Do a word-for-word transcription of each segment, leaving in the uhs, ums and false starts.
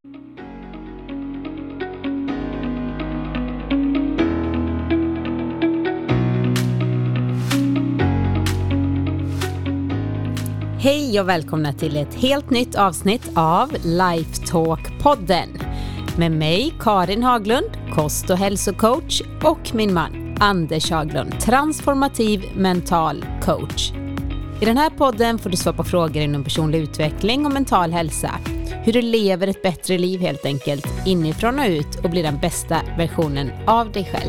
Hej och välkomna till ett helt nytt avsnitt av Lifetalk-podden. Med mig Karin Haglund, kost- och hälsocoach, och min man Anders Haglund, transformativ mental coach. I den här podden får du svara på frågor inom personlig utveckling och mental hälsa. Hur du lever ett bättre liv helt enkelt, inifrån och ut, och blir den bästa versionen av dig själv.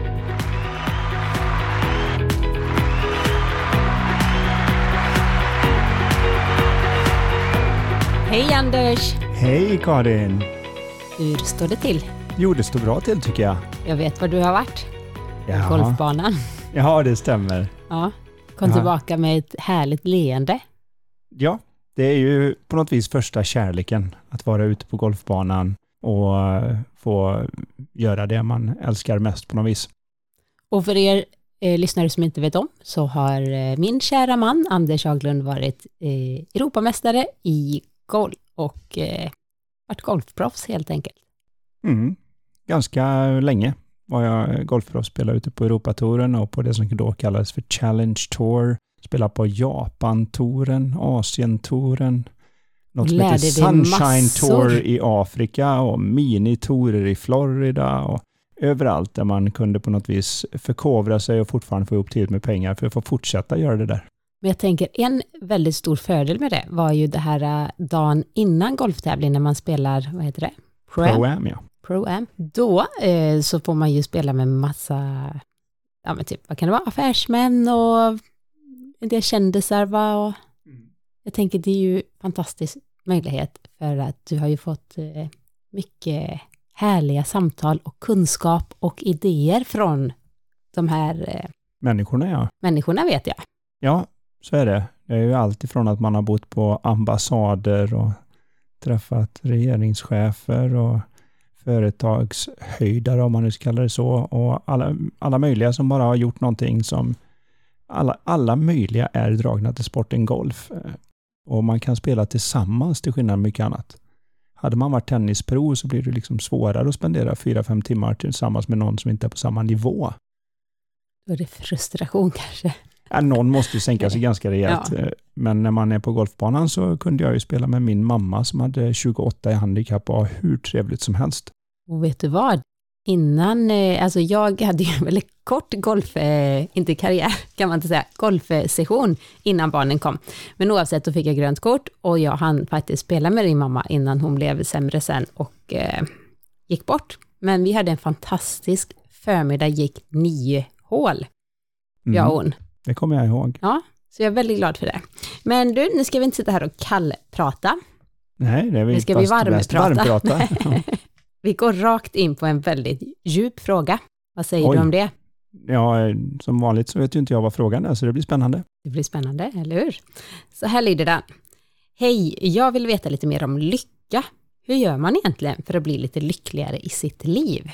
Hej Anders! Hej Karin! Hur står det till? Jo, det står bra till tycker jag. Jag vet var du har varit. Jaha. Golfbanan. Ja, det stämmer. Ja, kom Jaha. tillbaka med ett härligt leende. Ja, det är ju på något vis första kärleken. Att vara ute på golfbanan och få göra det man älskar mest på något vis. Och för er eh, lyssnare som inte vet om, så har eh, min kära man Anders Haglund varit eh, Europamästare i golf och eh, varit golfproffs helt enkelt. Mm. Ganska länge var jag golfproffs, spelade ute på Europatouren och på det som då kallades för Challenge Tour. Spelade på Japan-touren, Asien-touren, något som heter Sunshine Tour i Afrika och mini-tourer i Florida och överallt där man kunde på något vis förkovra sig och fortfarande få ihop tid med pengar för att få fortsätta göra det där. Men jag tänker en väldigt stor fördel med det var ju det här dagen innan golftävlingen när man spelar, vad heter det? Pro-Am. Pro-Am, ja. Pro-Am. Då eh, så får man ju spela med massa, ja men typ, vad kan det vara? Affärsmän och en del kändisar, va? Och mm. Jag tänker det är ju fantastisk möjlighet för att du har ju fått eh, mycket härliga samtal och kunskap och idéer från de här eh, människorna, ja. Människorna vet jag. Ja, så är det. Det är ju allt ifrån att man har bott på ambassader och träffat regeringschefer och företagshöjdare, om man nu ska kalla det så, och alla, alla möjliga som bara har gjort någonting som alla, alla möjliga är dragna till sporten golf. Och man kan spela tillsammans till skillnad från mycket annat. Hade man varit tennispro så blir det liksom svårare att spendera fyra, fem timmar tillsammans med någon som inte är på samma nivå. Då är det frustration kanske. Ja, någon måste ju sänka sig ganska rejält. Ja. Men när man är på golfbanan så kunde jag ju spela med min mamma som hade tjugoåtta i handikapp och hur trevligt som helst. Och vet du vad? Innan, alltså jag hade ju en väldigt kort golf, eh, inte karriär kan man inte säga, golfsession innan barnen kom. Men oavsett då fick jag grönt kort och jag hann faktiskt spela med din mamma innan hon blev sämre sen och eh, gick bort. Men vi hade en fantastisk förmiddag, gick nio hål. Mm. Jag och hon. Det kommer jag ihåg. Ja, så jag är väldigt glad för det. Men du, nu ska vi inte sitta här och kallprata. Nej, det är vi nu ska vi varmprata. varmprata. Vi går rakt in på en väldigt djup fråga. Vad säger Oj. du om det? Ja, som vanligt så vet ju inte jag vad frågan är, så det blir spännande. Det blir spännande, eller hur? Så här lyder den. Hej, jag vill veta lite mer om lycka. Hur gör man egentligen för att bli lite lyckligare i sitt liv?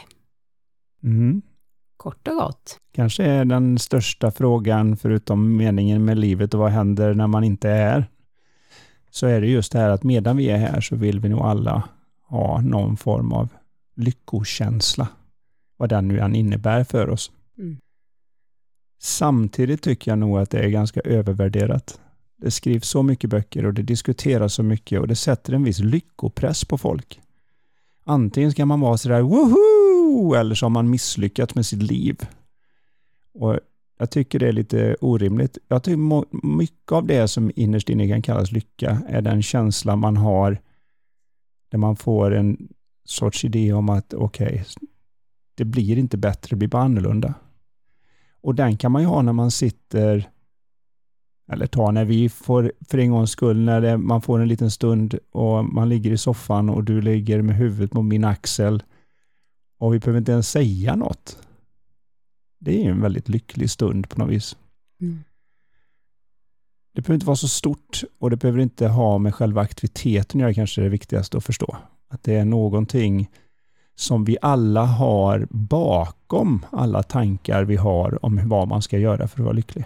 Mm. Kort och gott. Kanske är den största frågan förutom meningen med livet och vad händer när man inte är här. Så är det just det här att medan vi är här så vill vi nog alla ha någon form av lyckokänsla. Vad den nu än innebär för oss. Mm. Samtidigt tycker jag nog att det är ganska övervärderat. Det skrivs så mycket böcker och det diskuteras så mycket och det sätter en viss lyckopress på folk. Antingen ska man vara sådär woho! Eller så har man misslyckats med sitt liv. Och jag tycker det är lite orimligt. Jag tycker mycket av det som innerst inne kan kallas lycka är den känsla man har där man får en sorts idé om att okej, okay, det blir inte bättre, det blir bara annorlunda. Och den kan man ju ha när man sitter, eller ta när vi får för en gångs skull, när det, man får en liten stund och man ligger i soffan och du ligger med huvudet på min axel och vi behöver inte ens säga något. Det är en väldigt lycklig stund på något vis. Mm. Det behöver inte vara så stort och det behöver inte ha med själva aktiviteten jag kanske är det viktigaste att förstå. Att det är någonting som vi alla har bakom alla tankar vi har om vad man ska göra för att vara lycklig.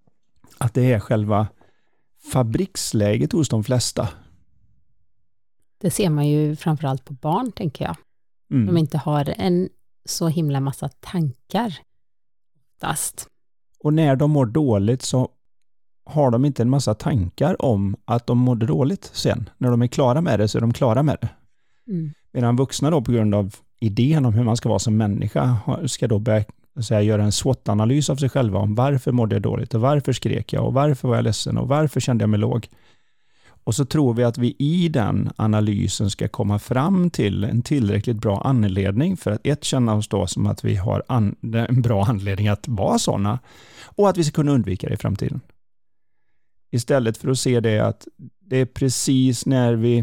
Att det är själva fabriksläget hos de flesta. Det ser man ju framförallt på barn, tänker jag. Mm. De inte har en så himla massa tankar. Oftast. Och när de mår dåligt så har de inte en massa tankar om att de mådde dåligt sen. När de är klara med det så är de klara med det. Mm. Medan vuxna då på grund av idén om hur man ska vara som människa ska då börja säga, göra en SWOT-analys av sig själva om varför mådde jag dåligt och varför skrek jag och varför var jag ledsen och varför kände jag mig låg. Och så tror vi att vi i den analysen ska komma fram till en tillräckligt bra anledning för att ett känna oss då som att vi har an- en bra anledning att vara sådana och att vi ska kunna undvika det i framtiden. Istället för att se det att det är precis när vi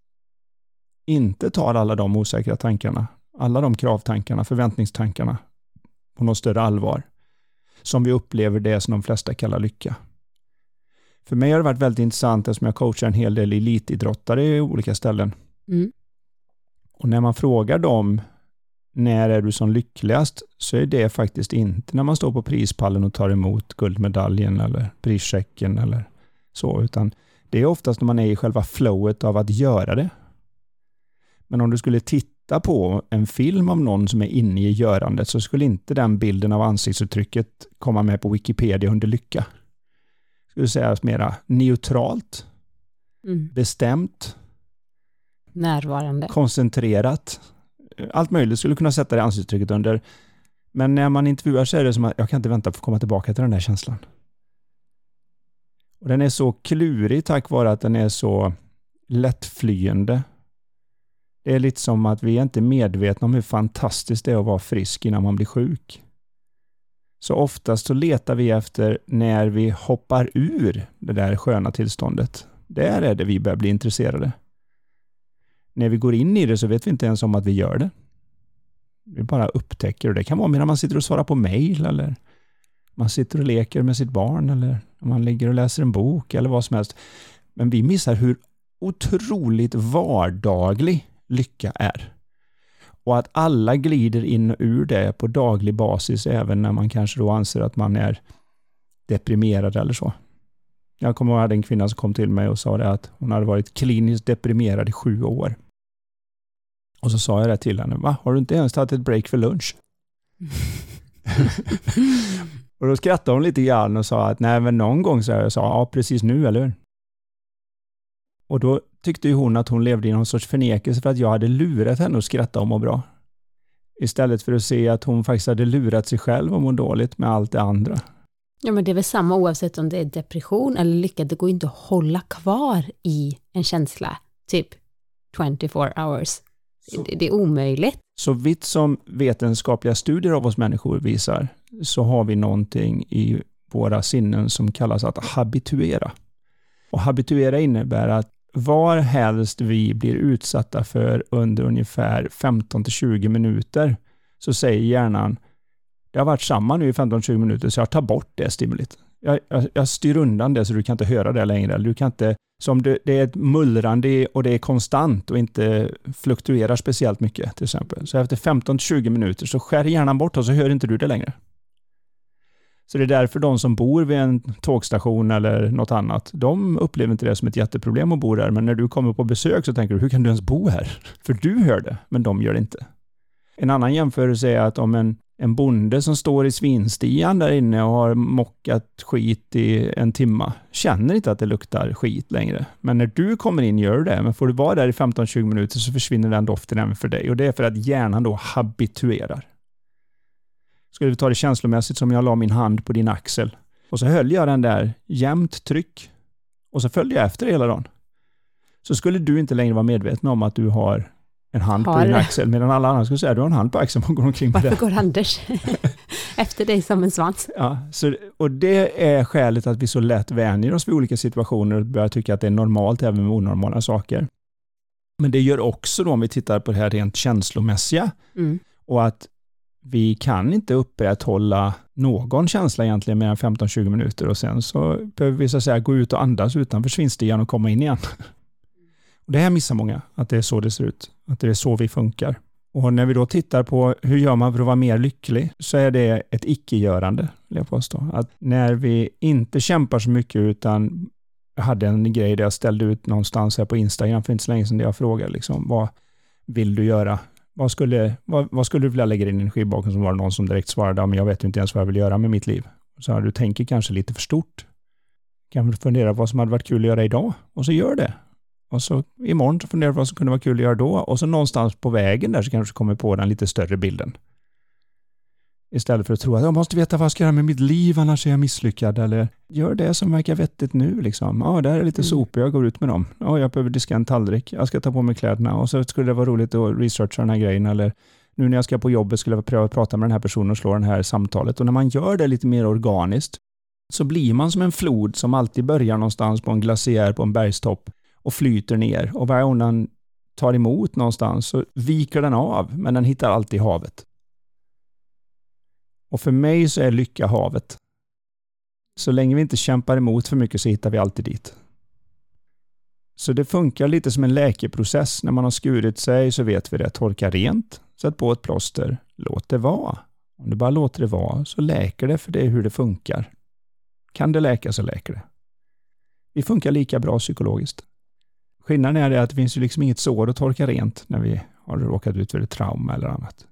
inte tar alla de osäkra tankarna, alla de kravtankarna, förväntningstankarna på något större allvar som vi upplever det som de flesta kallar lycka. För mig har det varit väldigt intressant eftersom jag coachar en hel del elitidrottare i olika ställen. Mm. Och när man frågar dem när är du som lyckligast så är det faktiskt inte när man står på prispallen och tar emot guldmedaljen eller prischecken eller så, utan det är oftast när man är i själva flowet av att göra det. Men om du skulle titta på en film om någon som är inne i görandet så skulle inte den bilden av ansiktsuttrycket komma med på Wikipedia under lycka. Skulle säga mera neutralt, Mm. bestämt, Närvarande. koncentrerat. Allt möjligt skulle kunna sätta det ansiktsuttrycket under. Men när man intervjuar så är det som att jag kan inte vänta på att komma tillbaka till den där känslan. Och den är så klurig tack vare att den är så lättflyende. Det är lite som att vi är inte medvetna om hur fantastiskt det är att vara frisk innan man blir sjuk. Så oftast så letar vi efter när vi hoppar ur det där sköna tillståndet. Där är det vi börjar bli intresserade. När vi går in i det så vet vi inte ens om att vi gör det. Vi bara upptäcker och det kan vara medan man sitter och svarar på mejl eller man sitter och leker med sitt barn eller man ligger och läser en bok eller vad som helst. Men vi missar hur otroligt vardaglig lycka är. Och att alla glider in och ur det på daglig basis även när man kanske då anser att man är deprimerad eller så. Jag kommer ihåg att jag hade en kvinna som kom till mig och sa det att hon hade varit kliniskt deprimerad i sju år. Och så sa jag det till henne. Va? Har du inte ens tagit ett break för lunch? Och då skrattade hon lite grann och sa att nej men någon gång så jag sa ja precis nu eller hur? Och då tyckte ju hon att hon levde i någon sorts förnekelse för att jag hade lurat henne att skratta och må bra. Istället för att se att hon faktiskt hade lurat sig själv och må dåligt med allt det andra. Ja, men det är väl samma oavsett om det är depression eller lycka. Det går inte att hålla kvar i en känsla. Typ tjugofyra hours. Det, det är omöjligt. Så vitt som vetenskapliga studier av oss människor visar så har vi någonting i våra sinnen som kallas att habituera. Och habituera innebär att var helst vi blir utsatta för under ungefär femton till tjugo minuter så säger hjärnan det har varit samma nu i femton till tjugo minuter så jag tar bort det stimulit. Jag, jag, jag styr undan det så du kan inte höra det längre. Du kan inte, som det, det är ett mullrande och det är konstant och inte fluktuerar speciellt mycket till exempel. Så efter femton till tjugo minuter så skär hjärnan bort och så hör inte du det längre. Så det är därför de som bor vid en tågstation eller något annat, de upplever inte det som ett jätteproblem att bo där. Men när du kommer på besök så tänker du, hur kan du ens bo här? För du hör det, men de gör det inte. En annan jämförelse är att om en, en bonde som står i svinstian där inne och har mockat skit i en timma känner inte att det luktar skit längre. Men när du kommer in gör det, men får du vara där i femton till tjugo minuter så försvinner den doften även för dig. Och det är för att hjärnan då habituerar. Ska vi ta det känslomässigt som jag la min hand på din axel. Och så höll jag den där jämnt tryck. Och så följde jag efter hela dagen. Så skulle du inte längre vara medveten om att du har en hand har på din axel. Medan alla andra skulle säga att du har en hand på axeln och går omkring med det. Varför går Anders efter dig som en svans? Ja, så, och det är skälet att vi så lätt vänjer oss vid olika situationer och börjar tycka att det är normalt även med onormala saker. Men det gör också då om vi tittar på det här rent känslomässiga. Mm. Och att vi kan inte upprätthålla någon känsla egentligen mer än femton till tjugo minuter och sen så behöver vi så att säga gå ut och andas utanför svinstigan och komma in igen. Och det här missar många, att det är så det ser ut. Att det är så vi funkar. Och när vi då tittar på hur gör man för att vara mer lycklig så är det ett icke-görande, vill jag påstå. Att när vi inte kämpar så mycket utan Jag hade en grej där jag ställde ut någonstans här på Instagram för inte så länge sedan där jag frågade liksom, vad vill du göra? Vad skulle, vad, vad skulle du vilja lägga in i energibaken? Som var det någon som direkt svarade, men jag vet inte ens vad jag vill göra med mitt liv. Så du tänker kanske lite för stort. Kan du fundera vad som hade varit kul att göra idag? Och så gör det. Och så imorgon så funderar du vad som kunde vara kul att göra då. Och så någonstans på vägen där så kanske du kommer på den lite större bilden. Istället för att tro att jag måste veta vad jag ska göra med mitt liv, annars är jag misslyckad. Eller gör det som verkar vettigt nu. Liksom. Ja, där är lite mm. sopor, jag går ut med dem. Ja, jag behöver diska en tallrik. Jag ska ta på mig kläderna. Och så skulle det vara roligt att researcha den här grejen. Eller nu när jag ska på jobbet skulle jag pröva att prata med den här personen och slå det här samtalet. Och när man gör det lite mer organiskt så blir man som en flod som alltid börjar någonstans på en glaciär på en bergstopp och flyter ner. Och varje gång den tar emot någonstans så viker den av, men den hittar alltid havet. Och för mig så är lycka havet. Så länge vi inte kämpar emot för mycket så hittar vi alltid dit. Så det funkar lite som en läkeprocess. När man har skurit sig så vet vi det. Torka rent, sätt på ett plåster, låt det vara. Om du bara låter det vara så läker det, för det är hur det funkar. Kan det läka så läker det. Vi funkar lika bra psykologiskt. Skillnaden är det att det finns ju liksom inget sår att torka rent när vi har råkat ut för ett trauma eller annat.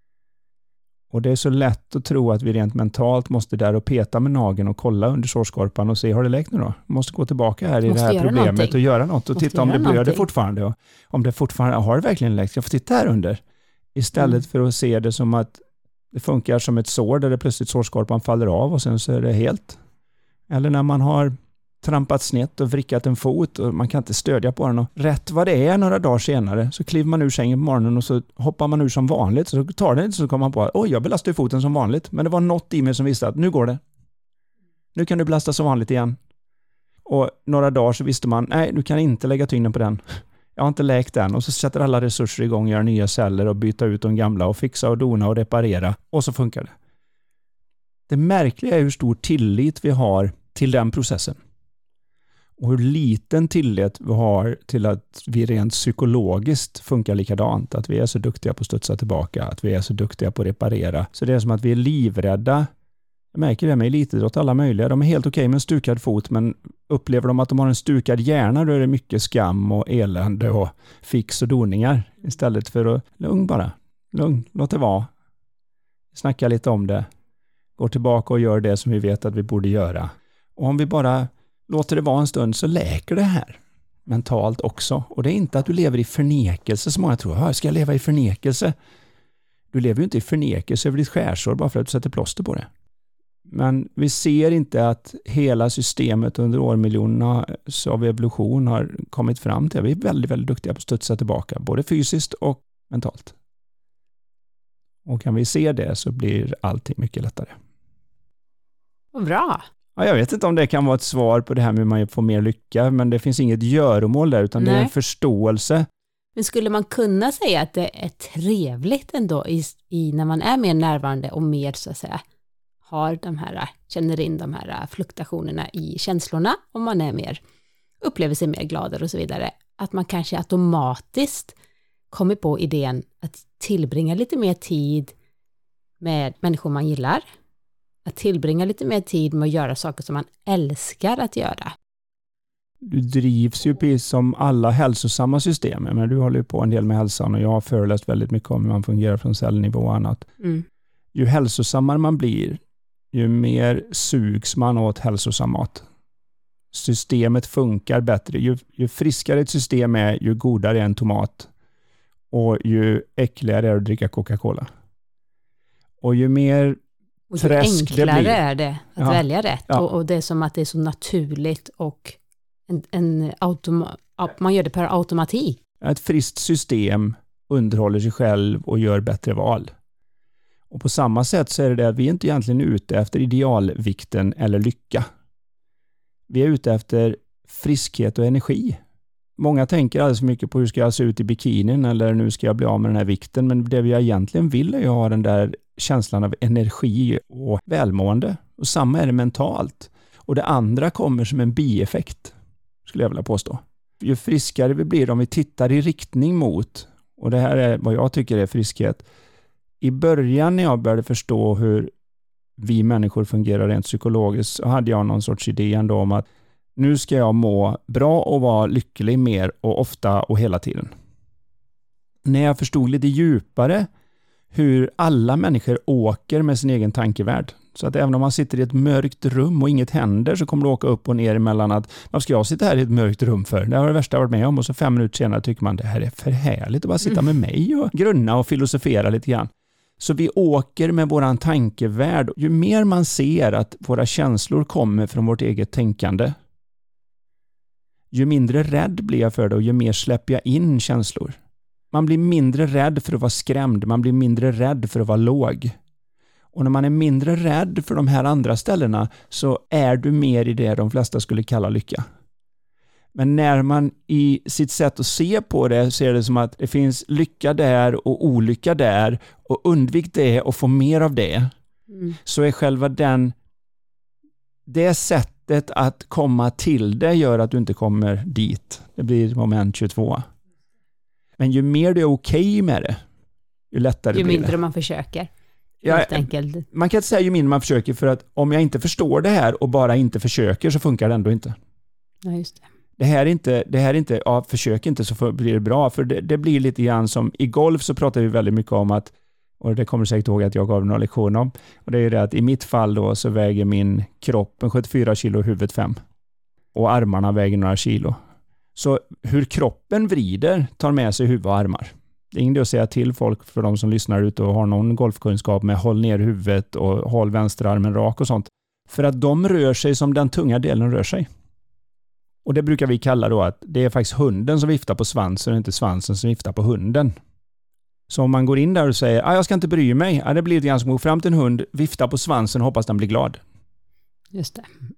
Och det är så lätt att tro att vi rent mentalt måste där och peta med nageln och kolla under sårskorpan och se, har det läkt nu då? Måste gå tillbaka här i måste det här problemet någonting. Och göra något och måste titta om det blöder någonting. Fortfarande. Och om det fortfarande har det verkligen läkt, jag får titta här under. Istället mm. för att se det som att det funkar som ett sår där det plötsligt sårskorpan faller av och sen så är det helt. Eller när man har trampat snett och vrickat en fot och man kan inte stödja på den. Och rätt vad det är några dagar senare så kliver man ur sängen på morgonen och så hoppar man ur som vanligt. Så tar det inte så kommer man på att oj, jag belastar foten som vanligt. Men det var något i mig som visste att nu går det. Nu kan du belasta som vanligt igen. Och några dagar så visste man, nej, du kan inte lägga tyngden på den. Jag har inte läkt den. Och så sätter alla resurser igång, gör nya celler och byta ut de gamla och fixa och dona och reparera. Och så funkar det. Det märkliga är hur stor tillit vi har till den processen. Och hur liten tillit vi har till att vi rent psykologiskt funkar likadant. Att vi är så duktiga på att studsa tillbaka. Att vi är så duktiga på att reparera. Så det är som att vi är livrädda. Jag märker det med elitidrott, alla möjliga. De är helt okej med en stukad fot, men upplever de att de har en stukad hjärna, då är det mycket skam och elände och fix och doningar. Istället för att, lugn bara. Lugn, låt det vara. Snacka lite om det. Går tillbaka och gör det som vi vet att vi borde göra. Och om vi bara låter det vara en stund så läker det här mentalt också. Och det är inte att du lever i förnekelse som många tror. Ska jag leva i förnekelse? Du lever ju inte i förnekelse över ditt skärsår bara för att du sätter plåster på det. Men vi ser inte att hela systemet under årmiljonerna av evolution har kommit fram till. Vi är väldigt, väldigt duktiga på att studsa tillbaka. Både fysiskt och mentalt. Och kan vi se det så blir allting mycket lättare. Bra! Ja, jag vet inte om det kan vara ett svar på det här med hur man får mer lycka, men det finns inget göromål där, utan Nej. Det är en förståelse. Men skulle man kunna säga att det är trevligt ändå i, i när man är mer närvarande och mer så att säga har de här, känner in de här fluktuationerna i känslorna, om man är mer, upplever sig mer gladare och så vidare, att man kanske automatiskt kommer på idén att tillbringa lite mer tid med människor man gillar. Att tillbringa lite mer tid med att göra saker som man älskar att göra. Du drivs ju precis som alla hälsosamma system. Men du håller ju på en del med hälsan och jag har föreläst väldigt mycket om hur man fungerar från cellnivå och annat. Mm. Ju hälsosammare man blir, ju mer sugs man åt hälsosam mat. Systemet funkar bättre. Ju, ju friskare ett system är, ju godare är en tomat. Och ju äckligare är det att dricka Coca-Cola. Och ju mer och ju enklare det är det att ja. välja rätt. Ja. Och, och det är som att det är så naturligt och en, en automa- man gör det per automatik. Ett friskt system underhåller sig själv och gör bättre val. Och på samma sätt så är det det att vi är inte egentligen ute efter idealvikten eller lycka. Vi är ute efter friskhet och energi. Många tänker alldeles för mycket på hur ska jag se ut i bikinin eller nu ska jag bli av med den här vikten. Men det vi egentligen vill är ju ha den där känslan av energi och välmående. Och samma är det mentalt. Och det andra kommer som en bieffekt, skulle jag vilja påstå. Ju friskare vi blir om vi tittar i riktning mot, och det här är vad jag tycker är friskhet. I början när jag började förstå hur vi människor fungerar rent psykologiskt så hade jag någon sorts idé ändå om att Nu ska jag må bra och vara lycklig mer och ofta och hela tiden. När jag förstod lite djupare hur alla människor åker med sin egen tankevärld. Så att även om man sitter i ett mörkt rum och inget händer så kommer det åka upp och ner emellan att vad ska jag sitta här i ett mörkt rum för? Det var det värsta jag varit med om och så fem minuter senare tycker man det här är för härligt att bara sitta med mig och grunna och filosofera lite grann. Så vi åker med våran tankevärld. Ju mer man ser att våra känslor kommer från vårt eget tänkande, ju mindre rädd blir jag för det och ju mer släpper jag in känslor. Man blir mindre rädd för att vara skrämd. Man blir mindre rädd för att vara låg. Och när man är mindre rädd för de här andra ställena så är du mer i det de flesta skulle kalla lycka. Men när man i sitt sätt att se på det ser det som att det finns lycka där och olycka där och undvik det och få mer av det. Mm. Så är själva den det sättet att komma till det gör att du inte kommer dit. Det blir moment tjugotvå. Men ju mer du är okej med det, ju lättare ju blir det. Ju mindre man försöker. Ja, helt enkelt. Man kan inte säga ju mindre man försöker för att om jag inte förstår det här och bara inte försöker så funkar det ändå inte. Nej, just det. Det här är inte, det här är inte ja, försök inte så blir det bra. För det, det blir lite grann som i golf så pratar vi väldigt mycket om att, och det kommer du säkert ihåg att jag gav några lektioner om, och det är det att i mitt fall då så väger min kropp en sjuttiofyra kilo och huvudet fem. Och armarna väger några kilo. Så hur kroppen vrider tar med sig huvud och armar. Det är inget att säga till folk för de som lyssnar ut och har någon golfkunskap med håll ner huvudet och håll vänsterarmen rak och sånt. För att de rör sig som den tunga delen rör sig. Och det brukar vi kalla då att det är faktiskt hunden som viftar på svansen och inte svansen som viftar på hunden. Så om man går in där och säger ah, jag ska inte bry mig, ah, det blir lite grann som att gå fram till en hund, vifta på svansen och hoppas den blir glad. Just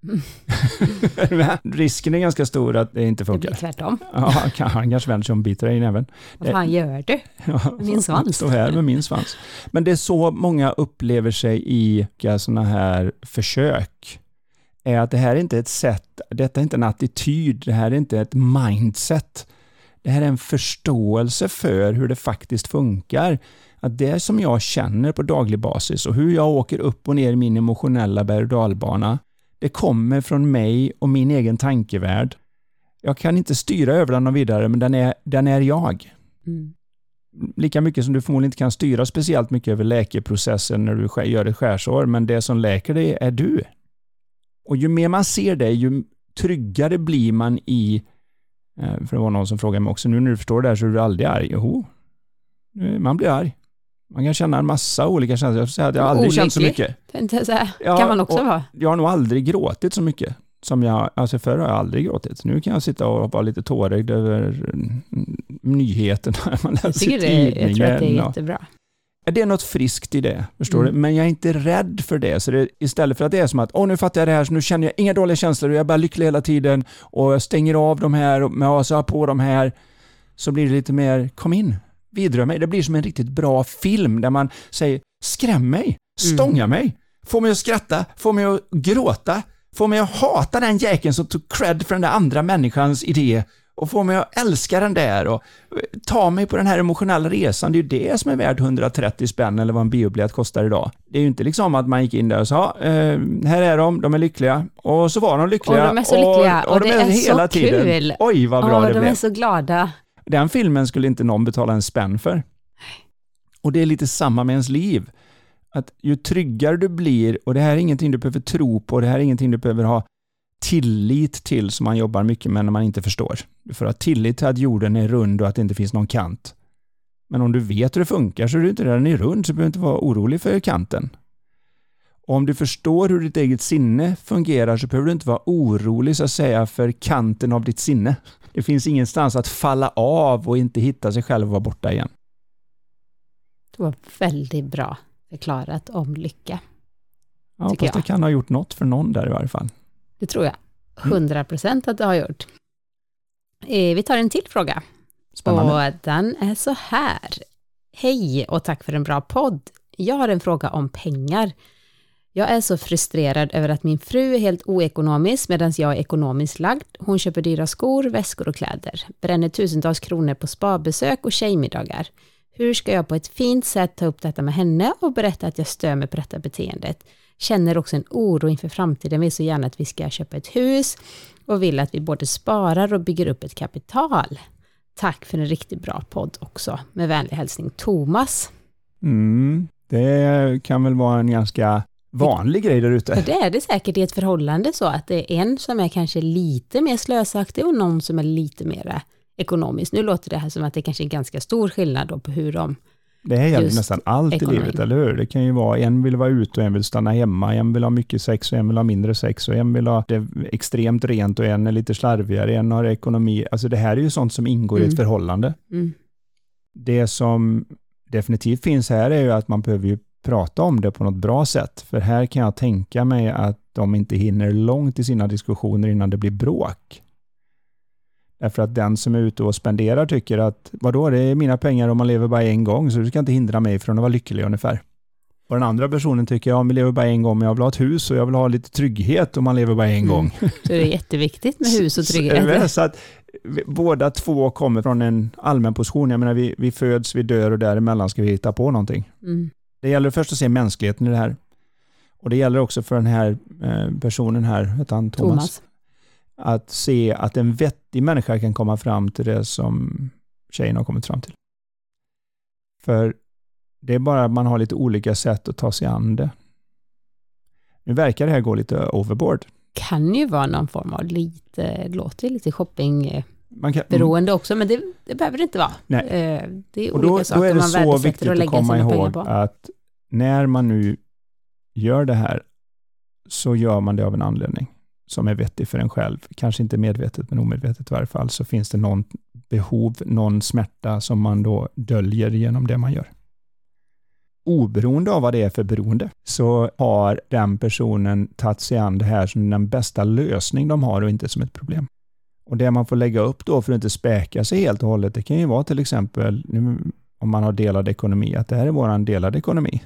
det. Risken är ganska stor att det inte funkar. Det blir tvärtom. Ja, han kanske vänder sig om biter i näven. Vad fan gör du? Ja, min svans. Stå här med min svans. Men det är så många upplever sig i sådana här försök. Är att det här är inte ett sätt, detta är inte en attityd, det här är inte ett mindset. Det här är en förståelse för hur det faktiskt funkar. Att det som jag känner på daglig basis och hur jag åker upp och ner i min emotionella berg- och dalbana, det kommer från mig och min egen tankevärld. Jag kan inte styra över den och vidare, men den är, den är jag. Mm. Lika mycket som du förmodligen inte kan styra speciellt mycket över läkeprocessen när du gör ett skärsår, men det som läker dig är du. Och ju mer man ser det, ju tryggare blir man i, för det var någon som frågade mig också, nu när du förstår det här så är du aldrig arg. Jo, man blir arg. Man kan känna en massa olika känslor. Jag säger att jag har aldrig känt så mycket. Så här, ja, kan man också vara. Jag har nog aldrig gråtit så mycket som jag, alltså förr har jag aldrig gråtit. Nu kan jag sitta och vara lite tårögd över nyheterna. Man läser jag, tycker det, jag tror att det är jättebra. Det är något friskt i det, förstår mm. du? Men jag är inte rädd för det. Så det, istället för att det är som att, åh nu fattar jag det här, så nu känner jag inga dåliga känslor och jag är bara lycklig hela tiden och jag stänger av de här och ösar på de här, så blir det lite mer, kom in, vidrör mig. Det blir som en riktigt bra film där man säger, skräm mig, stånga mm. mig, få mig att skratta, få mig att gråta, få mig att hata den jäkeln som tog cred för den där andra människans idé och få mig att älska den där och ta mig på den här emotionella resan. Det är ju det som är värt hundratrettio spänn eller vad en biobiljett kostar idag. Det är ju inte liksom att man gick in där och sa eh, här är de, de är lyckliga. Och så var de lyckliga. Och de är så lyckliga. Och, och, och de det är, är hela så tiden. Kul. Oj, vad bra och det de blev. De är så glada. Den filmen skulle inte någon betala en spänn för. Och det är lite samma med ens liv. Att ju tryggare du blir, och det här är ingenting du behöver tro på, det här är ingenting du behöver ha tillit till som man jobbar mycket med när man inte förstår. Du får ha tillit till att jorden är rund och att det inte finns någon kant. Men om du vet hur det funkar så är du inte där den är rund, så behöver du inte vara orolig för kanten. Och om du förstår hur ditt eget sinne fungerar så behöver du inte vara orolig så att säga för kanten av ditt sinne. Det finns ingenstans att falla av och inte hitta sig själv och vara borta igen. Det var väldigt bra förklarat om lycka. Ja, fast det kan ha gjort något för någon där i varje fall. Det tror jag. hundra procent att det har gjort. Vi tar en till fråga. Spännande. Och den är så här. Hej och tack för en bra podd. Jag har en fråga om pengar. Jag är så frustrerad över att min fru är helt oekonomisk medan jag är ekonomiskt lagd. Hon köper dyra skor, väskor och kläder. Bränner tusentals kronor på spabesök och tjejmiddagar. Hur ska jag på ett fint sätt ta upp detta med henne och berätta att jag stör mig på detta beteendet? känner också en oro inför framtiden. Vi vill så gärna att vi ska köpa ett hus och vill att vi både sparar och bygger upp ett kapital. Tack för en riktigt bra podd också. Med vänlig hälsning Thomas. Mm, det kan väl vara en ganska vanlig grej där ute. För det är det säkert i ett förhållande så att det är en som är kanske lite mer slösaktig och någon som är lite mer ekonomisk. Nu låter det här som att det kanske är ganska stor skillnad då på hur de... Det här gäller nästan allt ekonomi. I livet, eller hur? Det kan ju vara en vill vara ute och en vill stanna hemma. En vill ha mycket sex och en vill ha mindre sex. Och en vill ha det extremt rent och en är lite slarvigare. En har ekonomi. Alltså det här är ju sånt som ingår mm. i ett förhållande. Mm. Det som definitivt finns här är ju att man behöver ju prata om det på något bra sätt. För här kan jag tänka mig att de inte hinner långt i sina diskussioner innan det blir bråk. Därför att den som är ute och spenderar tycker att vadå, det är mina pengar och man lever bara en gång så du ska inte hindra mig från att vara lycklig ungefär. Och den andra personen tycker ja, vi lever bara en gång men jag vill ha ett hus och jag vill ha lite trygghet och man lever bara en mm. gång. Så det är jätteviktigt med hus och trygghet. Så, så att vi, båda två kommer från en allmän position. Jag menar vi, vi föds, vi dör och däremellan ska vi hitta på någonting. Mm. Det gäller först att se mänskligheten i det här. Och det gäller också för den här eh, personen här, heter han Thomas? Thomas. Att se att en vettig människa kan komma fram till det som tjejen har kommit fram till. För det är bara att man har lite olika sätt att ta sig an det. Nu verkar det här gå lite overboard. Kan ju vara någon form av lite, det låter lite shopping man kan, beroende också, men det, det behöver det inte vara. Nej. Det är och då, olika saker då är det man så viktigt att komma ihåg att när man nu gör det här så gör man det av en anledning som är vettig för en själv. Kanske inte medvetet men omedvetet i varje fall, så finns det någon behov, någon smärta som man då döljer genom det man gör. Oberoende av vad det är för beroende så har den personen tagit sig an det här som den bästa lösning de har och inte som ett problem. Och det man får lägga upp då för att inte späka sig helt och hållet, det kan ju vara till exempel om man har delad ekonomi, att det här är våran delad ekonomi.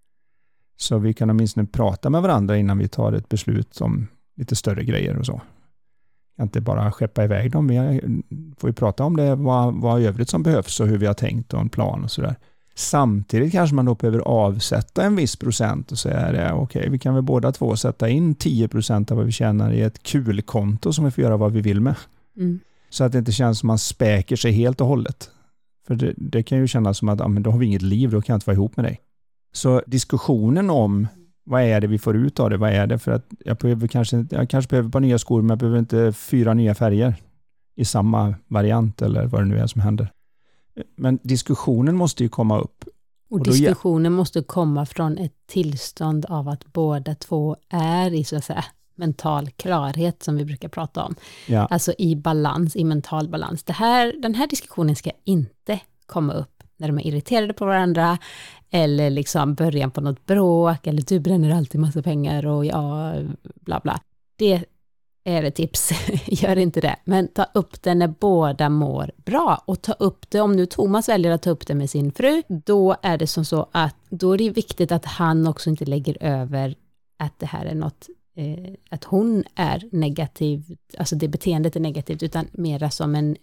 Så vi kan åtminstone prata med varandra innan vi tar ett beslut om lite större grejer och så. Inte bara skeppa iväg dem. Vi får ju prata om det, vad, vad övrigt som behövs och hur vi har tänkt och en plan och sådär. Samtidigt kanske man då behöver avsätta en viss procent och säga det, okej, okay, vi kan väl båda två sätta in tio procent av vad vi tjänar i ett kul konto som vi får göra vad vi vill med. Mm. Så att det inte känns som man späker sig helt och hållet. För det, det kan ju kännas som att ja, men då har vi inget liv, då kan jag inte vara ihop med dig. Så diskussionen om vad är det vi får ut av det, vad är det för att jag behöver kanske, jag kanske behöver ett par nya skor men jag behöver inte fyra nya färger i samma variant eller vad det nu är som händer. Men diskussionen måste ju komma upp. Och, och diskussionen då, måste komma från ett tillstånd av att båda två är i så att säga mental klarhet som vi brukar prata om. Ja. Alltså i balans, i mental balans. Det här, den här diskussionen ska inte komma upp när de är irriterade på varandra eller liksom början på något bråk eller du bränner alltid massa pengar och ja, bla bla. Det är ett tips. Gör inte det. Men ta upp det när båda mår bra. Och ta upp det, om nu Thomas väljer att ta upp det med sin fru, då är det som så att då är det viktigt att han också inte lägger över att det här är något, eh, att hon är negativ, alltså det beteendet är negativt, utan mera som en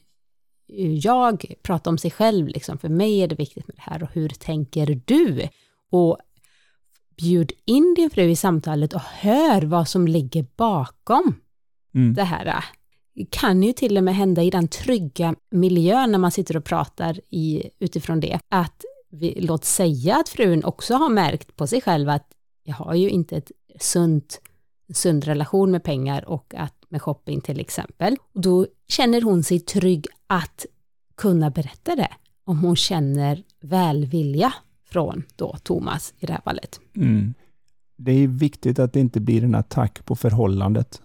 jag pratar om sig själv liksom. För mig är det viktigt med det här och hur tänker du? Och bjud in din fru i samtalet och hör vad som ligger bakom mm. det här. Det kan ju till och med hända i den trygga miljön när man sitter och pratar i, utifrån det. Att vi, låt säga att frun också har märkt på sig själv att jag har ju inte ett sunt, sund relation med pengar och att med shopping till exempel. Och då känner hon sig trygg att kunna berätta det om hon känner välvilja från då Thomas i det här fallet. Mm. Det är viktigt att det inte blir en attack på förhållandet.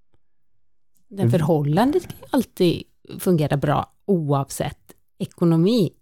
Det förhållandet kan alltid fungera bra oavsett ekonomi.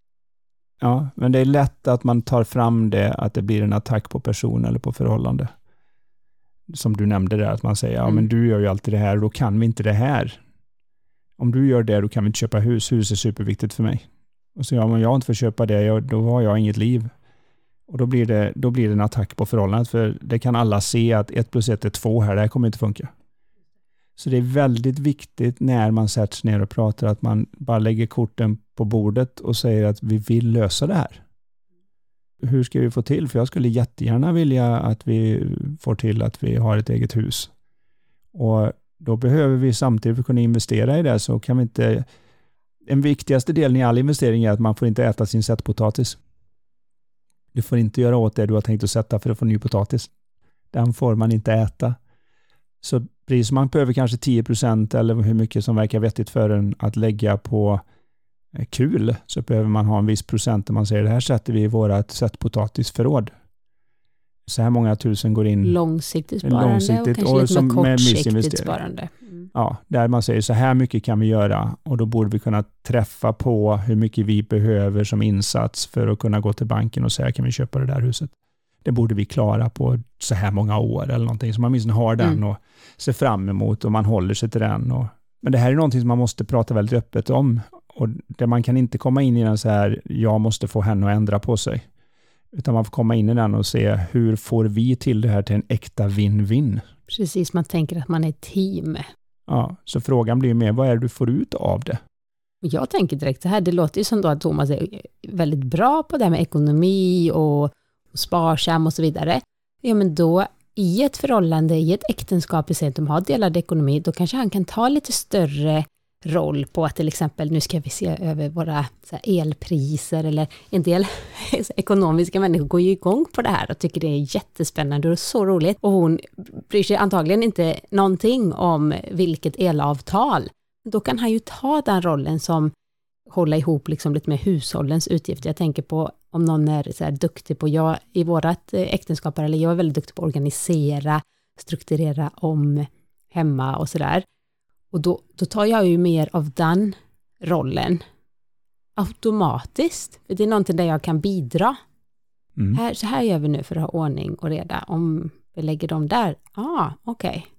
Ja, men det är lätt att man tar fram det att det blir en attack på person eller på förhållande. Som du nämnde där, att man säger, ja mm. men du gör ju alltid det här och då kan vi inte det här. Om du gör det, då kan vi inte köpa hus. Hus är superviktigt för mig. Och så ja, men jag inte får köpa det, då har jag inget liv. Och då blir det, då blir det en attack på förhållandet. För det kan alla se att ett plus ett är två här, det här kommer inte funka. Så det är väldigt viktigt när man sätts ner och pratar att man bara lägger korten på bordet och säger att vi vill lösa det här. hur ska vi få till? För jag skulle jättegärna vilja att vi får till att vi har ett eget hus. Och då behöver vi samtidigt kunna investera i det, så kan vi inte... Den viktigaste delen i all investering är att man får inte äta sin sättpotatis. Du får inte göra åt det du har tänkt att sätta för att få ny potatis. Den får man inte äta. Så pris man behöver kanske tio procent eller hur mycket som verkar vettigt för en att lägga på kul, så behöver man ha en viss procent där man säger det här sätter vi i vårat sättpotatisförråd. Så här många tusen går in. Långsiktigt sparande långsiktigt, och kanske och lite som mer kortsiktigt sparande. Mm. Ja, där man säger så här mycket kan vi göra, och då borde vi kunna träffa på hur mycket vi behöver som insats för att kunna gå till banken och säga kan vi köpa det där huset. Det borde vi klara på så här många år eller någonting, så man minst har den mm. och ser fram emot och man håller sig till den. Och, men det här är någonting som man måste prata väldigt öppet om, och där man kan inte komma in i den så här jag måste få henne att ändra på sig. Utan man får komma in i den och se hur får vi till det här till en äkta win-win. Precis, man tänker att man är ett team. Ja, så frågan blir mer, vad är det du får ut av det? Jag tänker direkt så här, det låter ju som då att Thomas är väldigt bra på det här med ekonomi och, och sparsam och så vidare. Ja, men då i ett förhållande, i ett äktenskap, i sig att de har delad ekonomi, då kanske han kan ta lite större roll på att till exempel nu ska vi se över våra så här, elpriser, eller en del ekonomiska människor går ju igång på det här och tycker det är jättespännande och så roligt, och hon bryr sig antagligen inte någonting om vilket elavtal. Då kan han ju ta den rollen som hålla ihop liksom lite med hushållens utgifter. Jag tänker på om någon är så här duktig på, jag i vårat äktenskap, eller jag är väldigt duktig på att organisera, strukturera om hemma och sådär. Och då, då tar jag ju mer av den rollen automatiskt. För det är någonting där jag kan bidra. Mm. Här, så här gör vi nu för att ha ordning och reda. Om vi lägger dem där, ah, okej. Okay.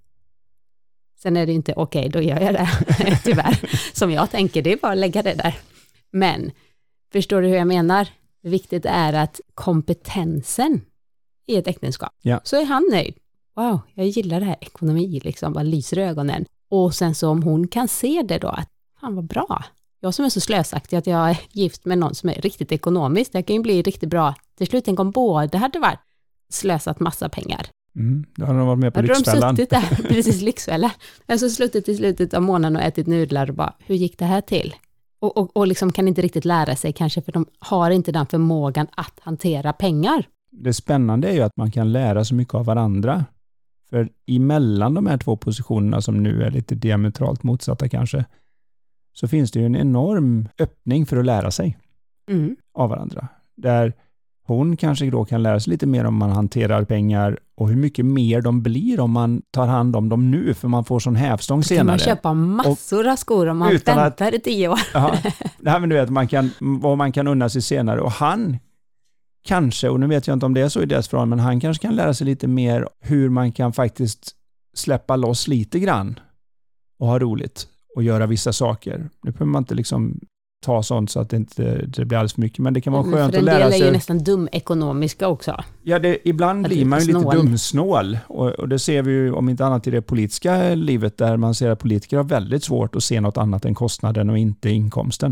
Sen är det inte okej, okay, då gör jag det. Tyvärr. Som jag tänker, det är bara att lägga det där. Men, förstår du hur jag menar? Det viktigt är att kompetensen i ett äktenskap. Ja. Så är han nöjd. Wow, jag gillar det här ekonomi, liksom, bara lyser i ögonen. Och sen så om hon kan se det då, att fan vad bra. Jag som är så slösaktig att jag är gift med någon som är riktigt ekonomiskt, det kan ju bli riktigt bra. Till slut, tänk om båda hade varit slösat massa pengar. Mm, då hade de varit med på Lyxfällan. Hade de suttit där, precis, Lyxfällan. Jag så slutit i slutet av månaden och ätit nudlar och bara, hur gick det här till? Och, och, och liksom kan inte riktigt lära sig kanske, för de har inte den förmågan att hantera pengar. Det spännande är ju att man kan lära så mycket av varandra. För emellan de här två positionerna som nu är lite diametralt motsatta kanske, så finns det ju en enorm öppning för att lära sig mm. av varandra. Där hon kanske då kan lära sig lite mer om man hanterar pengar och hur mycket mer de blir om man tar hand om dem nu, för man får sån hävstång senare. Man köpa massor av skor om man väntar att, i tio år. Ja, det här, men du vet, man kan, vad man kan unna sig senare, och han kanske, och nu vet jag inte om det är så i deras förhållande, men han kanske kan lära sig lite mer hur man kan faktiskt släppa loss lite grann och ha roligt och göra vissa saker. Nu behöver man inte liksom ta sånt så att det inte det blir alldeles för mycket, men det kan vara men skönt att lära sig. En del är ju nästan dum ekonomiska också. Ja, det, ibland blir man ju lite dumsnål, och, och det ser vi ju om inte annat i det politiska livet, där man ser att politiker har väldigt svårt att se något annat än kostnaden och inte inkomsten.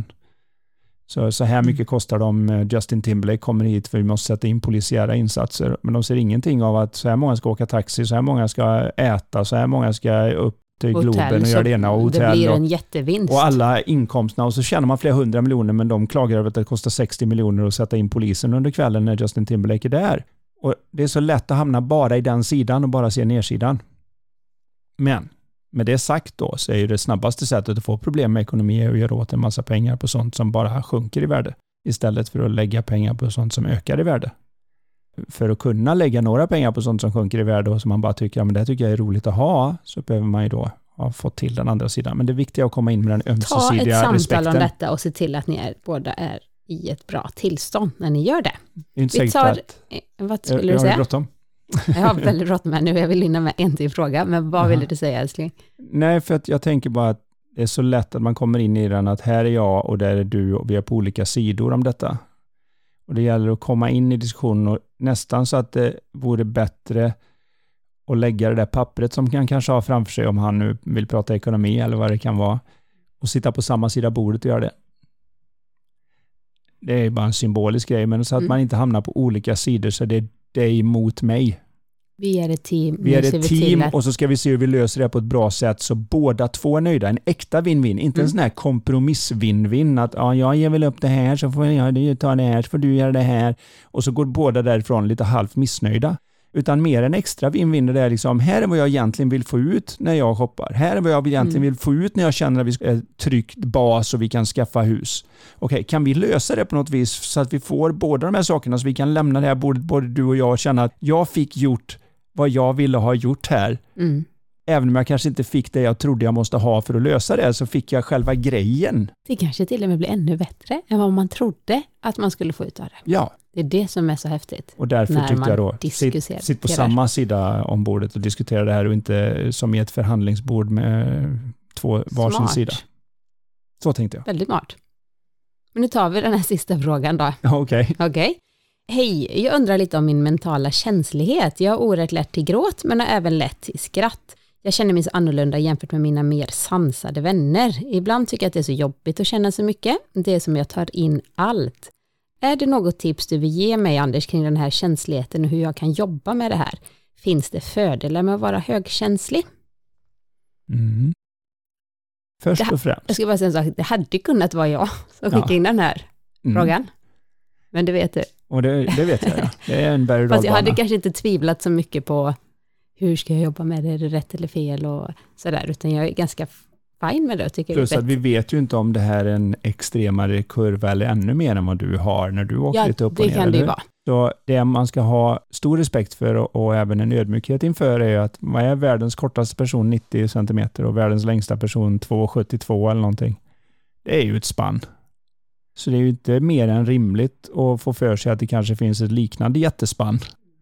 Så, så här mycket kostar de, Justin Timberlake kommer hit för vi måste sätta in polisiära insatser. Men de ser ingenting av att så här många ska åka taxi, så här många ska äta, så här många ska upp till hotell, Globen och göra det ena, och hotell. Det blir en jättevinst. Och alla inkomsterna, och så tjänar man flera hundra miljoner, men de klagar över att det kostar sextio miljoner att sätta in polisen under kvällen när Justin Timberlake är där. Och det är så lätt att hamna bara i den sidan och bara se nedsidan. Men med det sagt då, så är ju det snabbaste sättet att få problem med ekonomi och göra åt en massa pengar på sånt som bara sjunker i värde, istället för att lägga pengar på sånt som ökar i värde. För att kunna lägga några pengar på sånt som sjunker i värde och som man bara tycker, ja, men det tycker jag är roligt att ha, så behöver man ju då ha fått till den andra sidan. Men det viktiga är att komma in med den ömsesidiga respekten. Ta ett samtal respekten. Om detta och se till att ni är, båda är i ett bra tillstånd när ni gör det. Det är inte säkert att... Vad skulle jag, du säga? Jag har bråttom. Jag har väldigt bråttom här nu. Jag vill hinna med en till fråga. Men vad ville du säga, älskling? Nej, för att jag tänker bara att det är så lätt att man kommer in i den att här är jag och där är du och vi är på olika sidor om detta. Och det gäller att komma in i diskussionen, och nästan så att det vore bättre att lägga det där pappret som kan kanske ha framför sig, om han nu vill prata ekonomi eller vad det kan vara, och sitta på samma sida bordet och göra det. det är bara en symbolisk grej, men så att mm. man inte hamnar på olika sidor, så det är dig mot mig. Vi är ett team. Vi är ett team och så ska vi se hur vi löser det på ett bra sätt så båda två är nöjda. En äkta win-win, inte mm. en sån här kompromiss-win-win att ja, jag ger väl upp det här så får jag ta det här så får du göra det här och så går båda därifrån lite halvt missnöjda. Utan mer en extra win-win där liksom, här är vad jag egentligen vill få ut när jag shoppar. Här är vad jag egentligen mm. vill få ut när jag känner att vi ska ha tryggt bas och vi kan skaffa hus. Okej, kan vi lösa det på något vis så att vi får båda de här sakerna så vi kan lämna det här bordet, både du och jag, och känna att jag fick gjort vad jag ville ha gjort här. Mm. Även om jag kanske inte fick det jag trodde jag måste ha för att lösa det, så fick jag själva grejen. Det kanske till och med blir ännu bättre än vad man trodde att man skulle få ut av det. Ja. Det är det som är så häftigt. Och därför tyckte jag då, sitt, sitt på samma sida om bordet och diskutera det här och inte som i ett förhandlingsbord med två varsin smart. Sida. Så tänkte jag. Väldigt smart. Men nu tar vi den här sista frågan då. Okej. Okay. Okej. Okay. Hej, jag undrar lite om min mentala känslighet. Jag har oerhört lätt till gråt men har även lätt till skratt. Jag känner mig så annorlunda jämfört med mina mer sansade vänner. Ibland tycker jag att det är så jobbigt att känna så mycket. Det är som jag tar in allt. Är det något tips du vill ge mig, Anders, kring den här känsligheten och hur jag kan jobba med det här? Finns det fördelar med att vara högkänslig? Mm. Först det, och främst. Jag ska bara säga en sak. Det hade kunnat vara jag som skickade ja. in den här mm. frågan. Men det vet du. Och det, det vet jag, ja. Det är en berg- och Fast jag hade kanske inte tvivlat så mycket på hur ska jag jobba med det, är det rätt eller fel och sådär, utan jag är ganska fin med det. Tycker Plus jag att vi vet ju inte om det här är en extremare kurva eller ännu mer än vad du har när du åker ja, lite upp och ner. Ja, det kan det ju vara. Så det man ska ha stor respekt för och, och även en ödmjukhet inför är att vad är världens kortaste person nittio centimeter och världens längsta person två sjuttiotvå eller någonting. Det är ju ett spann. Så det är ju inte mer än rimligt att få för sig att det kanske finns ett liknande jättespann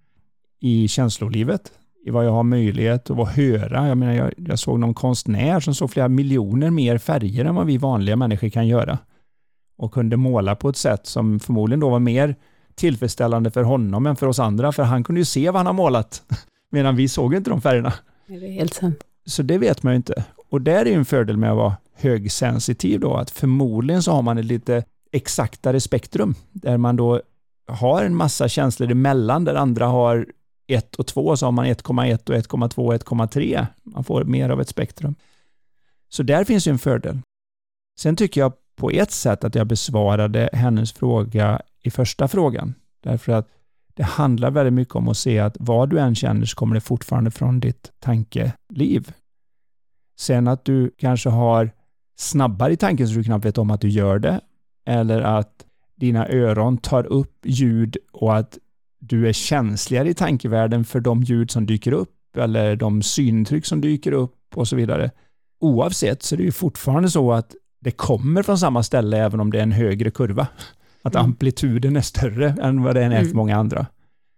i känslolivet. I vad jag har möjlighet att höra. Jag menar, jag, jag såg någon konstnär som såg flera miljoner mer färger än vad vi vanliga människor kan göra. Och kunde måla på ett sätt som förmodligen då var mer tillfredsställande för honom än för oss andra. För han kunde ju se vad han har målat. Medan vi såg inte de färgerna. Det är helt sant. Så det vet man ju inte. Och där är ju en fördel med att vara högsensitiv då. Att förmodligen så har man ett lite exaktare spektrum. Där man då har en massa känslor emellan. Där andra har ett och två, så har man ett komma ett och ett komma två och ett komma tre. Man får mer av ett spektrum. Så där finns ju en fördel. Sen tycker jag på ett sätt att jag besvarade hennes fråga i första frågan. Därför att det handlar väldigt mycket om att se att vad du än känner så kommer det fortfarande från ditt tankeliv. Sen att du kanske har snabbare i tanken så du knappt vet om att du gör det. Eller att dina öron tar upp ljud och att du är känsligare i tankevärlden för de ljud som dyker upp eller de syntryck som dyker upp och så vidare. Oavsett så är det ju fortfarande så att det kommer från samma ställe även om det är en högre kurva. Att mm. amplituden är större än vad det är mm. för många andra.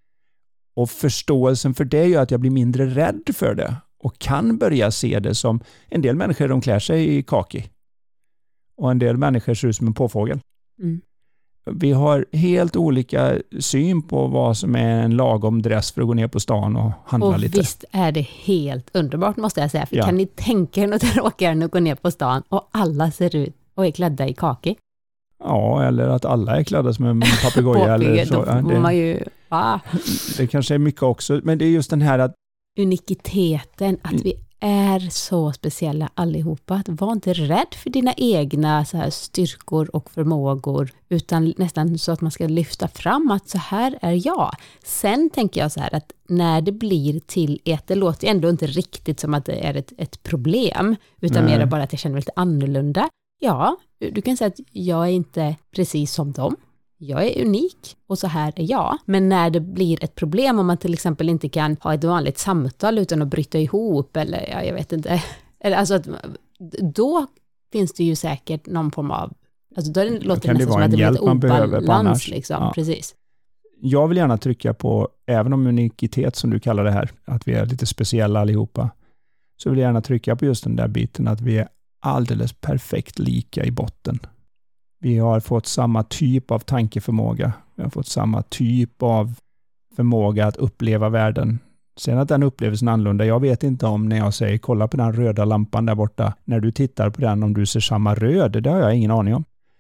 Och förståelsen för det gör att jag blir mindre rädd för det och kan börja se det som en del människor de klär sig i kaki. Och en del människor ser ut som en påfågel. Mm. Vi har helt olika syn på vad som är en lagom dress för att gå ner på stan och handla och lite. Och visst är det helt underbart måste jag säga. För ja. Kan ni tänka er något tråkigare att gå ner på stan och alla ser ut och är klädda i kaki? Ja, eller att alla är klädda som en papegoja. eller så. Då får man ju, va? Det kanske är mycket också. Men det är just den här att unikiteten, att vi är så speciella allihopa. Att var inte rädd för dina egna så här styrkor och förmågor, utan nästan så att man ska lyfta fram att så här är jag. Sen tänker jag så här att när det blir till ett, det låter ändå inte riktigt som att det är ett, ett problem, utan mer bara att jag känner mig lite annorlunda. Ja, du kan säga att jag är inte precis som dem. Jag är unik och så här är jag. Men när det blir ett problem om man till exempel inte kan ha ett vanligt samtal utan att bryta ihop eller ja, jag vet inte. Eller alltså att, då finns det ju säkert någon form av, alltså då låter det nästan som att det blir lite obalans liksom. Ja. Precis. Jag vill gärna trycka på, även om unikitet som du kallar det här, att vi är lite speciella allihopa, så vill jag gärna trycka på just den där biten att vi är alldeles perfekt lika i botten. Vi har fått samma typ av tankeförmåga. Vi har fått samma typ av förmåga att uppleva världen. Sen att den upplevelsen är annorlunda. Jag vet inte om när jag säger kolla på den röda lampan där borta. När du tittar på den om du ser samma röd. Det har jag ingen aning om.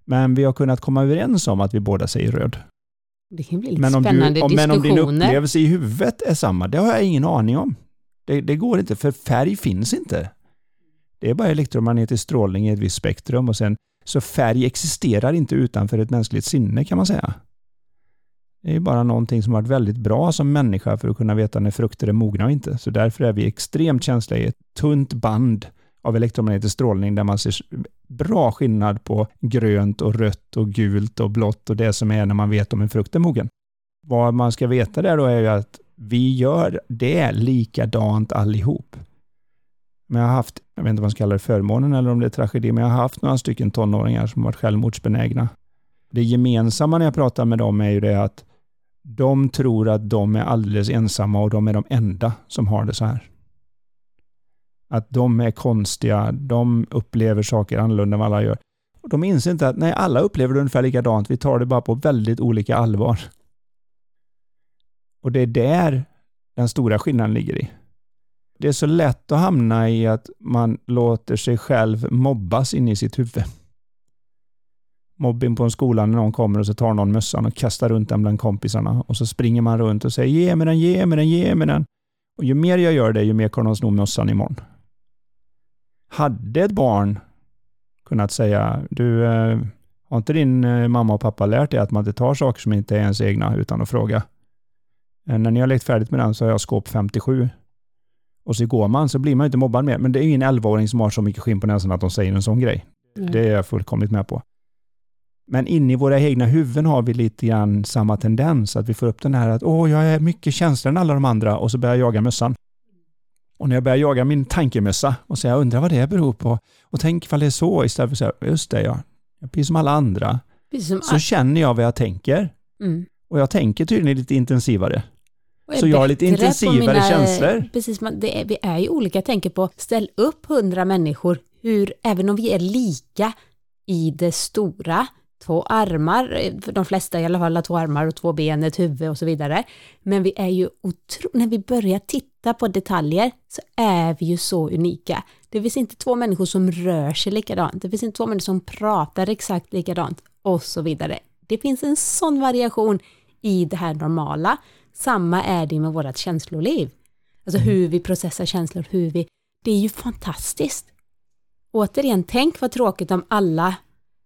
Men vi har kunnat komma överens om att vi båda säger röd. Det kan bli lite men om spännande du, om, diskussioner. Men om din upplevelse i huvudet är samma, det har jag ingen aning om. Det, det går inte, för färg finns inte. Det är bara elektromagnetisk strålning i ett visst spektrum. Och sen, så färg existerar inte utanför ett mänskligt sinne, kan man säga. Det är bara någonting som har varit väldigt bra som människa för att kunna veta när frukter är mogna och inte. Så därför är vi extremt känsliga i ett tunt band av elektromagnetisk strålning där man ser bra skillnad på grönt och rött och gult och blått och det som är när man vet om en frukt är mogen. Vad man ska veta där då är ju att vi gör det likadant allihop. Men jag har haft, jag vet inte vad man ska kalla det, förmånen eller om det är tragedi, men jag har haft några stycken tonåringar som varit självmordsbenägna. Det gemensamma när jag pratar med dem är ju det att de tror att de är alldeles ensamma och de är de enda som har det så här. Att de är konstiga, de upplever saker annorlunda än vad alla gör. Och de inser inte att nej, alla upplever det ungefär likadant, vi tar det bara på väldigt olika allvar. Och det är där den stora skillnaden ligger i. Det är så lätt att hamna i att man låter sig själv mobbas in i sitt huvud. Mobbing på en skola när någon kommer och så tar någon mössan och kastar runt den bland kompisarna. Och så springer man runt och säger ge mig den, ge mig den, ge mig den. Och ju mer jag gör det, ju mer kommer de sno mössan imorgon. Hade ett barn kunnat säga du, eh, har inte din eh, mamma och pappa lärt dig att man inte tar saker som inte är ens egna utan att fråga? Eh, när ni har lekt färdigt med den så har jag skåp femtiosju. Och så går man så blir man inte mobbad mer. Men det är ju en elvaåring som har så mycket skinn på näsan att de säger en sån grej. Mm. Det är jag fullkomligt med på. Men in i våra egna huvuden har vi lite grann samma tendens. Att vi får upp den här att åh, jag är mycket känsligare än alla de andra. Och så börjar jag jaga mössan. Och när jag börjar jaga min tankemössa och säger jag undrar vad det beror på. Och tänk ifall det är så istället för att säga just det, jag, jag blir som alla andra. Som så all... känner jag vad jag tänker. Mm. Och jag tänker tydligen lite intensivare. Så jag har lite intensivare mina, känslor. Precis, man, det är, vi är ju olika. Jag tänker på, ställ upp hundra människor, hur, även om vi är lika i det stora, två armar, för de flesta i alla fall har två armar och två ben, ett huvud och så vidare. Men vi är ju otro, när vi börjar titta på detaljer så är vi ju så unika. Det finns inte två människor som rör sig likadant. Det finns inte två människor som pratar exakt likadant och så vidare. Det finns en sån variation i det här normala. Samma är det med vårt känsloliv. Alltså mm. hur vi processar känslor, hur vi... Det är ju fantastiskt. Återigen, tänk vad tråkigt om alla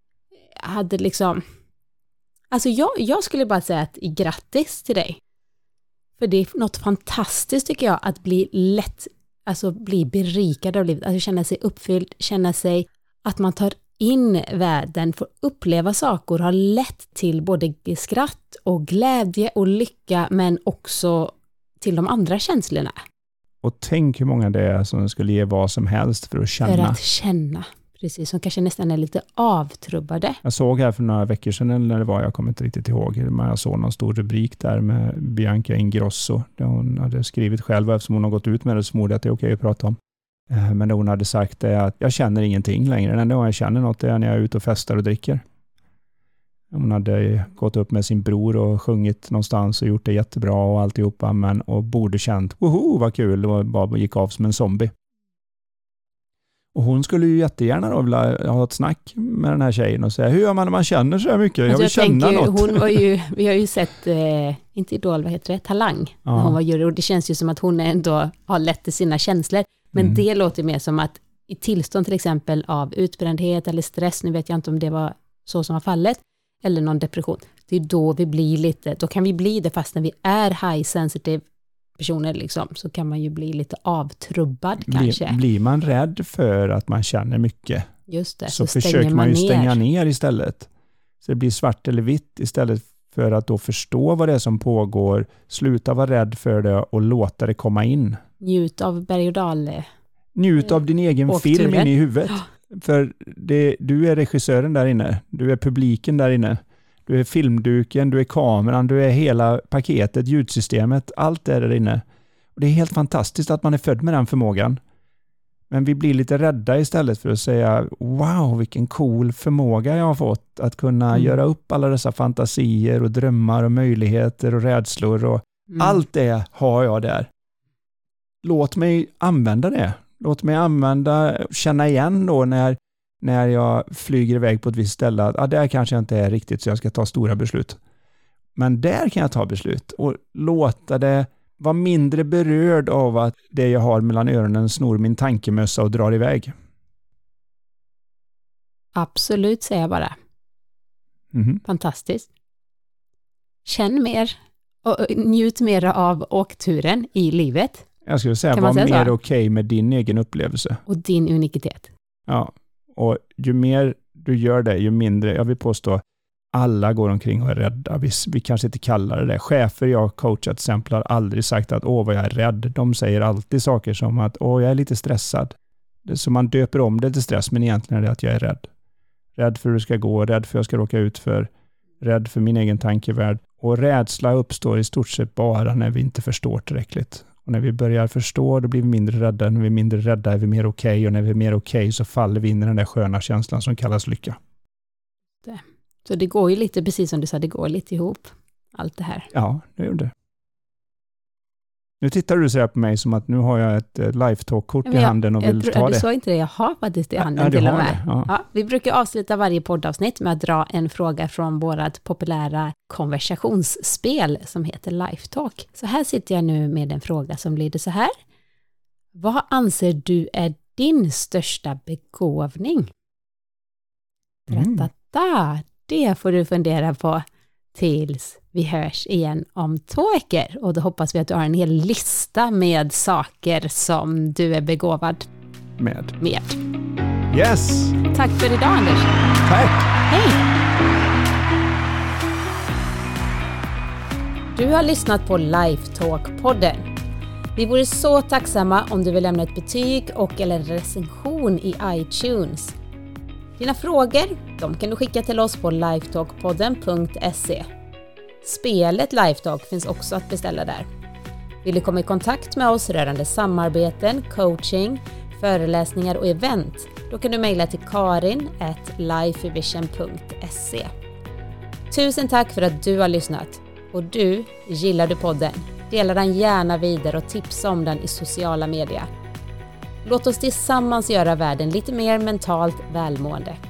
hade liksom... Alltså jag, jag skulle bara säga att grattis till dig. För det är något fantastiskt tycker jag att bli lätt, alltså bli berikad av livet. Alltså känna sig uppfylld, känna sig att man tar in världen, får uppleva saker, har lett till både skratt och glädje och lycka, men också till de andra känslorna. Och tänk hur många det är som skulle ge vad som helst för att känna. För att känna, precis, som kanske nästan är lite avtrubbade. Jag såg här för några veckor sedan, när det var, jag kommer inte riktigt ihåg, men jag såg någon stor rubrik där med Bianca Ingrosso, där hon hade skrivit själv, eftersom hon har gått ut med det så förmodade att det är okej att prata om. Men det hon hade sagt är att jag känner ingenting längre. Den enda gången jag känner något är när jag är ute och festar och dricker. Hon hade gått upp med sin bror och sjungit någonstans och gjort det jättebra och alltihopa. Men, och borde känt, woho vad kul, och bara gick av som en zombie. Och hon skulle ju jättegärna då vilja ha ett snack med den här tjejen och säga, hur gör man när man känner så här mycket? Jag vill jag känna tänker, något. Hon var ju, vi har ju sett, eh, inte Idol, vad heter det? Talang. Ja. Hon var jury, och det känns ju som att hon ändå har lätt till sina känslor. Men mm. det låter mer som att i tillstånd till exempel av utbrändhet eller stress, nu vet jag inte om det var så som var fallet, eller någon depression, det är då vi blir lite, då kan vi bli det fast när vi är high sensitive personer liksom, så kan man ju bli lite avtrubbad blir, kanske. Blir man rädd för att man känner mycket, just det, så, så försöker man, man ju ner. stänga ner istället. Så det blir svart eller vitt istället för att då förstå vad det är som pågår, sluta vara rädd för det och låta det komma in. Njut av berg- och dal. Njut av din egen åkturen. Film in i huvudet. Ja. För det, du är regissören där inne. Du är publiken där inne. Du är filmduken, du är kameran, du är hela paketet, ljudsystemet. Allt är där inne. Och det är helt fantastiskt att man är född med den förmågan. Men vi blir lite rädda istället för att säga wow, vilken cool förmåga jag har fått. Att kunna mm. göra upp alla dessa fantasier och drömmar och möjligheter och rädslor. Och mm. allt det har jag där. Låt mig använda det. Låt mig använda, känna igen då när när jag flyger iväg på ett visst ställe att ah, där kanske jag inte är riktigt så jag ska ta stora beslut. Men där kan jag ta beslut och låta det vara mindre berörd av att det jag har mellan öronen snor min tankemössa och drar iväg. Absolut, säger jag bara. Mm-hmm. Fantastiskt. Känn mer och njut mer av åkturen i livet. Jag skulle säga, var mer okej okay med din egen upplevelse. Och din unikitet. Ja, och ju mer du gör det, ju mindre, jag vill påstå, alla går omkring och är rädda. Vi, vi kanske inte kallar det det. Chefer jag coachat till exempel har aldrig sagt att åh vad jag är rädd. De säger alltid saker som att åh jag är lite stressad. Det är så man döper om det till stress, men egentligen är det att jag är rädd. Rädd för hur det ska gå, rädd för hur jag ska råka ut för, rädd för min egen tankevärld. Och rädsla uppstår i stort sett bara när vi inte förstår tillräckligt. Och när vi börjar förstå, då blir vi mindre rädda. När vi är mindre rädda är vi mer okej. Okay. Och när vi är mer okej okay så faller vi in i den där sköna känslan som kallas lycka. Det. Så det går ju lite, precis som du sa, det går lite ihop. Allt det här. Ja, det gjorde det. Nu tittar du så här på mig som att nu har jag ett Lifetalk-kort i handen och vill jag, ta du det. Du sa inte det, jag har faktiskt det i handen ja, till och med. Ja. Ja, vi brukar avsluta varje poddavsnitt med att dra en fråga från vårt populära konversationsspel som heter Lifetalk. Så här sitter jag nu med en fråga som lyder så här. Vad anser du är din största begåvning? Mm. Det får du fundera på tills vi hörs igen om två veckor. Och då hoppas vi att du har en hel lista med saker som du är begåvad med. med. Yes! Tack för idag, Anders. Tack! Hej! Du har lyssnat på Lifetalk-podden. Vi vore så tacksamma om du vill lämna ett betyg och eller recension i iTunes. Dina frågor, de kan du skicka till oss på lifetalkpodden punkt se. Spelet Lifetalk finns också att beställa där. Vill du komma i kontakt med oss rörande samarbeten, coaching, föreläsningar och event, då kan du mejla till karin at lifevision punkt se. Tusen tack för att du har lyssnat. Och du, gillar du podden? Dela den gärna vidare och tipsa om den i sociala medier. Låt oss tillsammans göra världen lite mer mentalt välmående.